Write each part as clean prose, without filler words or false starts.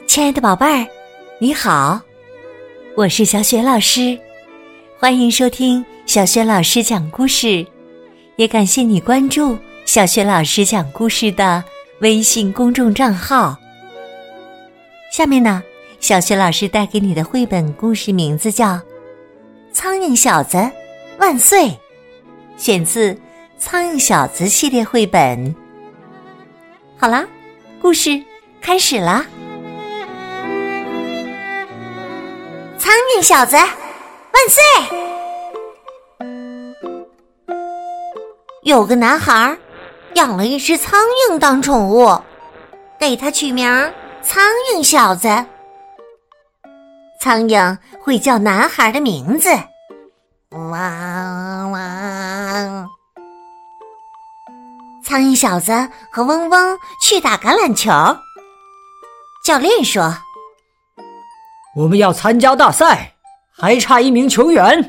亲爱的宝贝儿，你好，我是小雪老师，欢迎收听小雪老师讲故事，也感谢你关注小雪老师讲故事的微信公众账号。下面呢，小雪老师带给你的绘本故事名字叫《苍蝇小子万岁》，选自《苍蝇小子》系列绘本。好啦，故事开始啦！ 苍蝇小子万岁！有个男孩养了一只苍蝇当宠物，给它取名苍蝇小子。苍蝇会叫男孩的名字，汪汪。苍蝇小子和嗡嗡去打橄榄球。教练说， 我们要参加大赛，还差1名球员。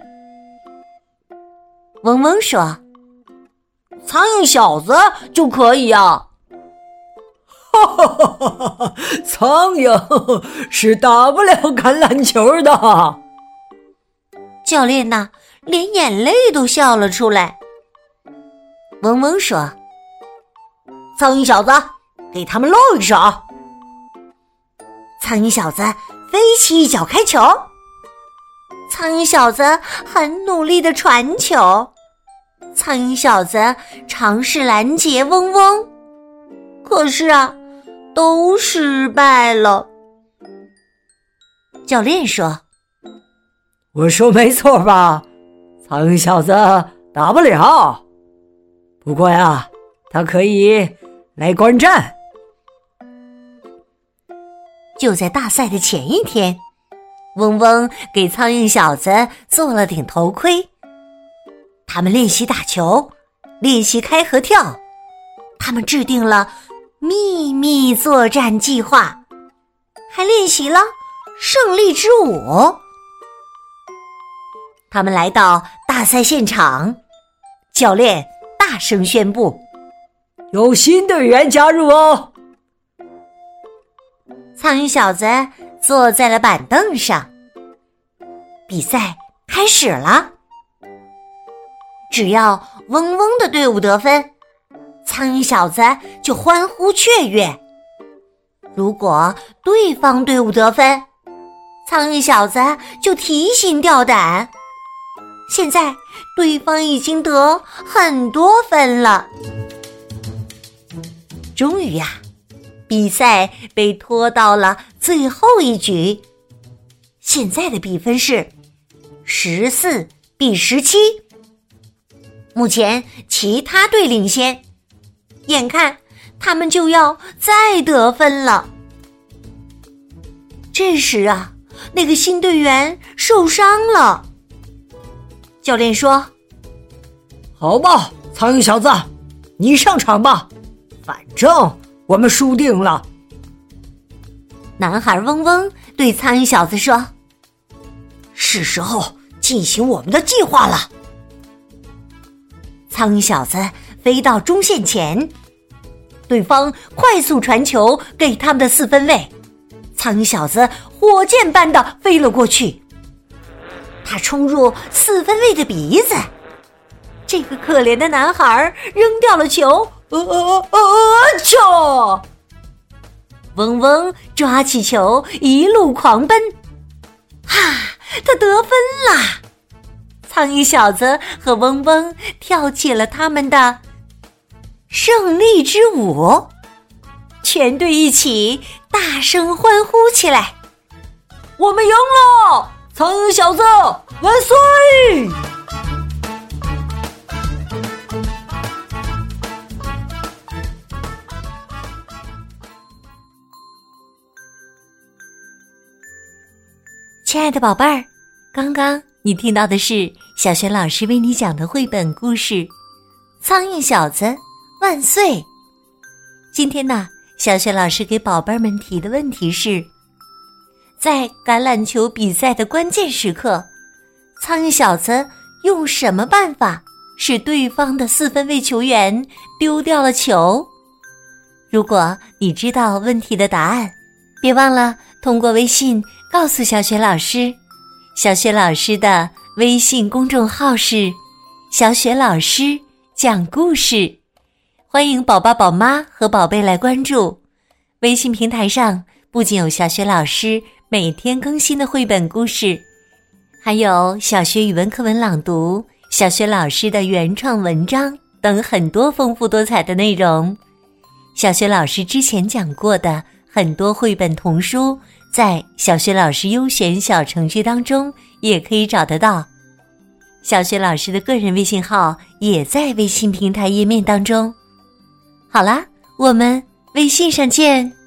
嗡嗡说， 苍蝇小子就可以啊。 哈哈哈哈！苍蝇是打不了橄榄球的。 教练呢，连眼泪都笑了出来。嗡嗡说， 苍蝇小子，给他们露一手。 苍蝇小子飞起一脚开球，苍蝇小子很努力地传球，苍蝇小子尝试拦截嗡嗡，可是啊，都失败了。教练说， 我说没错吧，苍蝇小子打不了，不过呀，他可以来观战。 就在大赛的前一天，嗡嗡给苍蝇小子做了顶头盔。他们练习打球，练习开合跳，他们制定了秘密作战计划，还练习了胜利之舞。他们来到大赛现场，教练大声宣布， 有新队员加入哦。 苍蝇小子坐在了板凳上。比赛开始了。只要嗡嗡的队伍得分，苍蝇小子就欢呼雀跃；如果对方队伍得分，苍蝇小子就提心吊胆。现在对方已经得很多分了。终于呀，比赛被拖到了最后一局，现在的比分是14-17。目前其他队领先，眼看他们就要再得分了。这时啊，那个新队员受伤了。教练说， 好吧，苍蝇小子，你上场吧，反正我们输定了。 男孩嗡嗡对苍蝇小子说，是时候进行我们的计划了。苍蝇小子飞到中线前，对方快速传球给他们的4分卫，苍蝇小子火箭般的飞了过去，他冲入4分卫的鼻子，这个可怜的男孩扔掉了球，啾！嗡嗡抓起球一路狂奔，哈，他得分啦！苍蝇小子和嗡嗡跳起了他们的胜利之舞，全队一起大声欢呼起来， 我们赢了！苍蝇小子万岁！ 亲爱的宝贝儿，刚刚你听到的是小雪老师为你讲的绘本故事《苍蝇小子万岁》。今天呢，小雪老师给宝贝们提的问题是，在橄榄球比赛的关键时刻，苍蝇小子用什么办法使对方的4分卫球员丢掉了球？如果你知道问题的答案， 别忘了通过微信告诉小雪老师。小雪老师的微信公众号是小雪老师讲故事，欢迎宝爸宝妈和宝贝来关注。微信平台上不仅有小雪老师每天更新的绘本故事，还有小学语文课文朗读、小雪老师的原创文章等很多丰富多彩的内容。小雪老师之前讲过的很多绘本童书，在小雪老师优选小程序当中也可以找得到。小雪老师的个人微信号也在微信平台页面当中。好啦，我们微信上见。